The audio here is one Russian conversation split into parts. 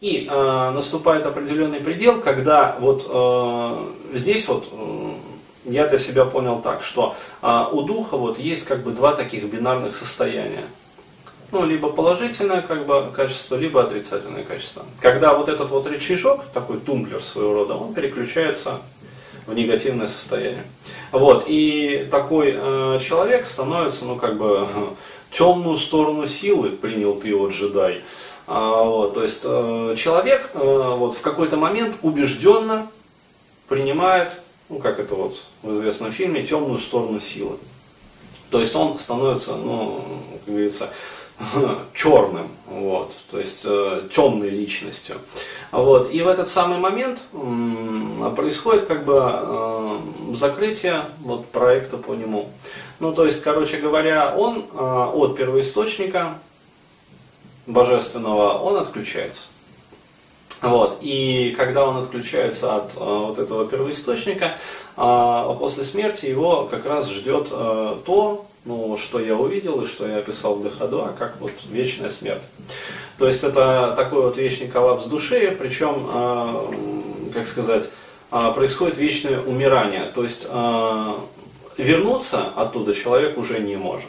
И наступает определенный предел, когда вот здесь вот я для себя понял так, что у духа вот есть как бы два таких бинарных состояния. Ну, либо положительное как бы качество, либо отрицательное качество. Когда вот этот вот рычажок, такой тумблер своего рода, он переключается в негативное состояние. Вот, и такой человек становится, ну, как бы, темную сторону силы принял ты, вот, джедай. Вот, то есть человек вот, в какой-то момент убежденно принимает, ну, как это вот в известном фильме, темную сторону силы. То есть он становится, ну, как говорится, черным, вот, то есть темной личностью. Вот, и в этот самый момент происходит как бы закрытие вот, проекта по нему. Ну, то есть, короче говоря, он от первоисточника божественного, он отключается. Вот, и когда он отключается от вот этого первоисточника, после смерти его как раз ждет то, ну, что я увидел и что я описал в ДХ-2, как вот вечная смерть. То есть это такой вот вечный коллапс души, причем, как сказать, происходит вечное умирание. То есть вернуться оттуда человек уже не может.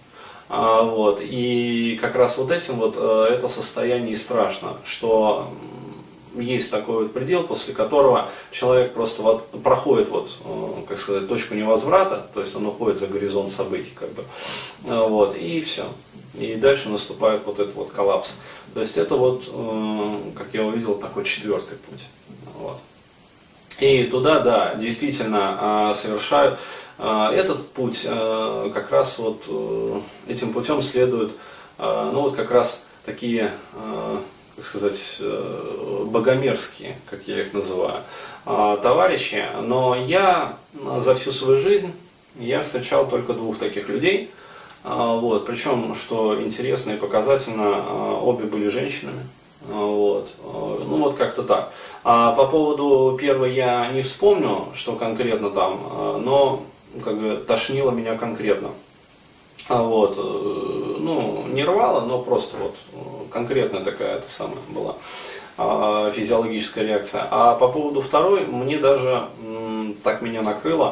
Вот, и как раз вот этим вот это состояние и страшно, что есть такой вот предел, после которого человек просто вот проходит вот, как сказать, точку невозврата, то есть он уходит за горизонт событий, как бы, вот, и все. И дальше наступает вот этот вот коллапс. То есть это вот, как я увидел, такой четвертый путь. Вот. И туда, да, действительно совершают этот путь, как раз вот этим путем следуют, ну вот как раз такие, как сказать, богомерзкие, как я их называю, товарищи. Но я за всю свою жизнь я встречал только двух таких людей. Вот, причем, что интересно и показательно, обе были женщинами. Вот. Ну вот как-то так. А по поводу первой я не вспомню, что конкретно там, но как бы тошнило меня конкретно. Вот, ну, не рвало, но просто вот конкретная такая это самая была физиологическая реакция. А по поводу второй, мне даже так меня накрыло.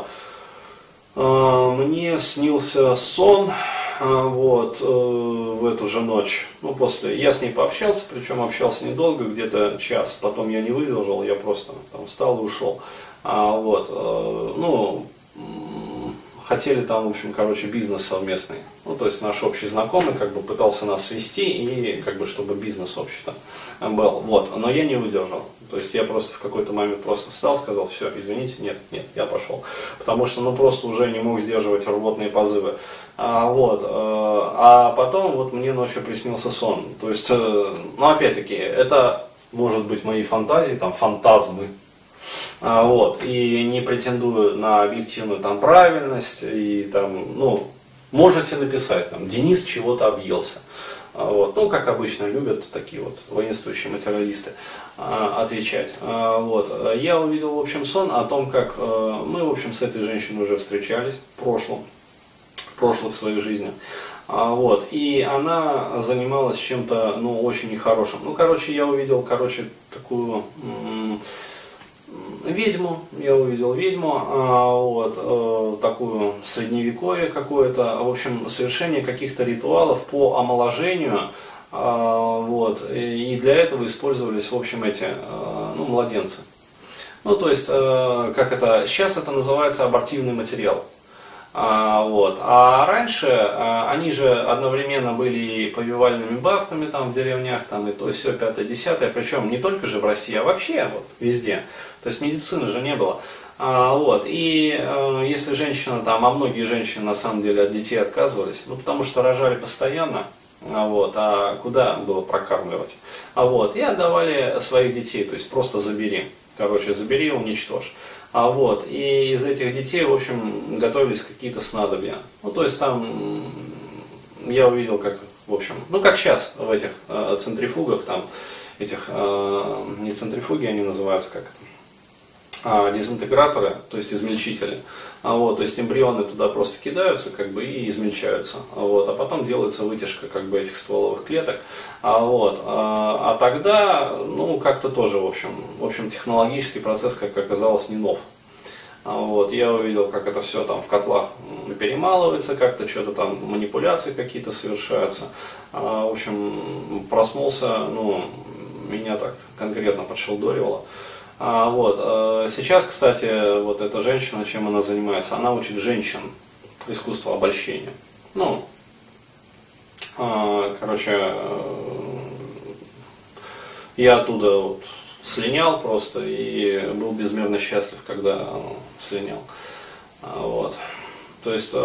Мне снился сон вот, в эту же ночь. Ну, после я с ней пообщался, причем общался недолго, где-то час. Потом я не выдержал, я просто там встал и ушел. Вот, ну, хотели там, в общем, короче, бизнес совместный. Ну, то есть наш общий знакомый как бы пытался нас свести и как бы чтобы бизнес общий там был. Вот, но я не выдержал. То есть я просто в какой-то момент просто встал, сказал, все, извините, нет, я пошел. Потому что, ну, просто уже не мог сдерживать рвотные позывы. Вот, а потом вот мне ночью приснился сон. То есть, ну, опять-таки, это может быть мои фантазии, там, фантазмы. Вот, и не претендую на объективную там правильность, и там, ну, можете написать, там, Денис чего-то объелся. Вот, ну, как обычно любят такие вот воинствующие материалисты отвечать. Вот, я увидел, в общем, сон о том, как мы, в общем, с этой женщиной уже встречались в прошлых своих жизнях. Вот, и она занималась чем-то, ну, очень нехорошим. Ну, короче, я увидел, такую ведьму, вот, такую средневековье какое-то, в общем, совершение каких-то ритуалов по омоложению, вот, и для этого использовались, в общем, эти, ну, младенцы. Ну, то есть, как это, сейчас это называется абортивный материал. Вот. А раньше они же одновременно были и повивальными бабками там в деревнях, там, и то все, пятое, десятое, причем не только же в России, а вообще вот, везде. То есть медицины же не было. Вот. И если женщина там, а многие женщины на самом деле от детей отказывались, ну потому что рожали постоянно, вот, а куда было прокармливать? Вот. И отдавали своих детей, то есть просто забери. Короче, забери, уничтожь. Вот, и из этих детей, в общем, готовились какие-то снадобья. Ну, то есть там я увидел, как, в общем, ну, как сейчас в этих центрифугах, там, этих, не центрифуги они называются, как это, дезинтеграторы, то есть измельчители. То есть эмбрионы туда просто кидаются и измельчаются. А потом делается вытяжка этих стволовых клеток. Тогда, как-то тоже, в общем, технологический процесс, как оказалось, не нов. Я увидел, как это все там в котлах перемалывается, как-то что-то там манипуляции какие-то совершаются. В общем, проснулся, меня так конкретно подшелдоривало. Сейчас, кстати, вот эта женщина, чем она занимается? Она учит женщин искусству обольщения. Я оттуда слинял просто и был безмерно счастлив, когда слинял. То есть,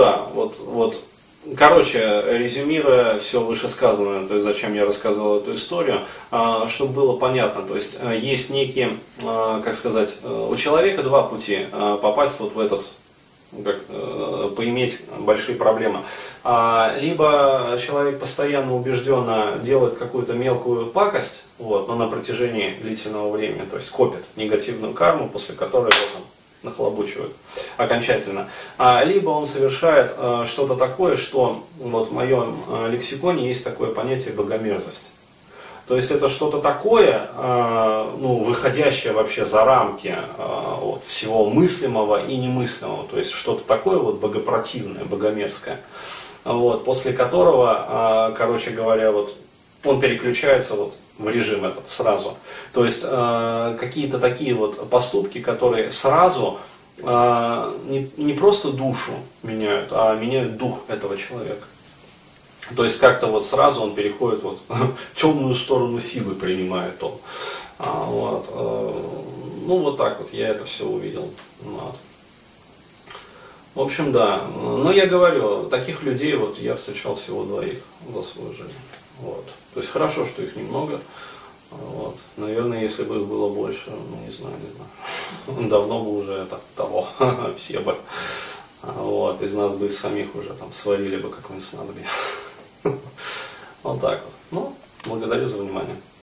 резюмируя все вышесказанное, то есть зачем я рассказывал эту историю, чтобы было понятно, то есть есть некие, у человека два пути попасть в этот, поиметь большие проблемы. Либо человек постоянно убежденно делает какую-то мелкую пакость, но на протяжении длительного времени, то есть копит негативную карму, после которой нахлобучивают окончательно. Либо он совершает что-то такое, что в моем лексиконе есть такое понятие богомерзость. То есть это что-то такое, выходящее вообще за рамки всего мыслимого и немыслимого. То есть что-то такое богопротивное, богомерзкое. После которого, он переключается в режим этот сразу. То есть какие-то такие поступки, которые сразу не просто душу меняют, а меняют дух этого человека. То есть как-то сразу он переходит темную сторону силы, принимает он. Так я это все увидел. В общем, да. Но я говорю, таких людей я встречал всего 2 за свою жизнь. То есть хорошо, что их немного. Наверное, если бы их было больше, не знаю. Давно бы уже все бы. Из нас бы самих уже сварили бы какое-нибудь снадобье. Так. Благодарю за внимание.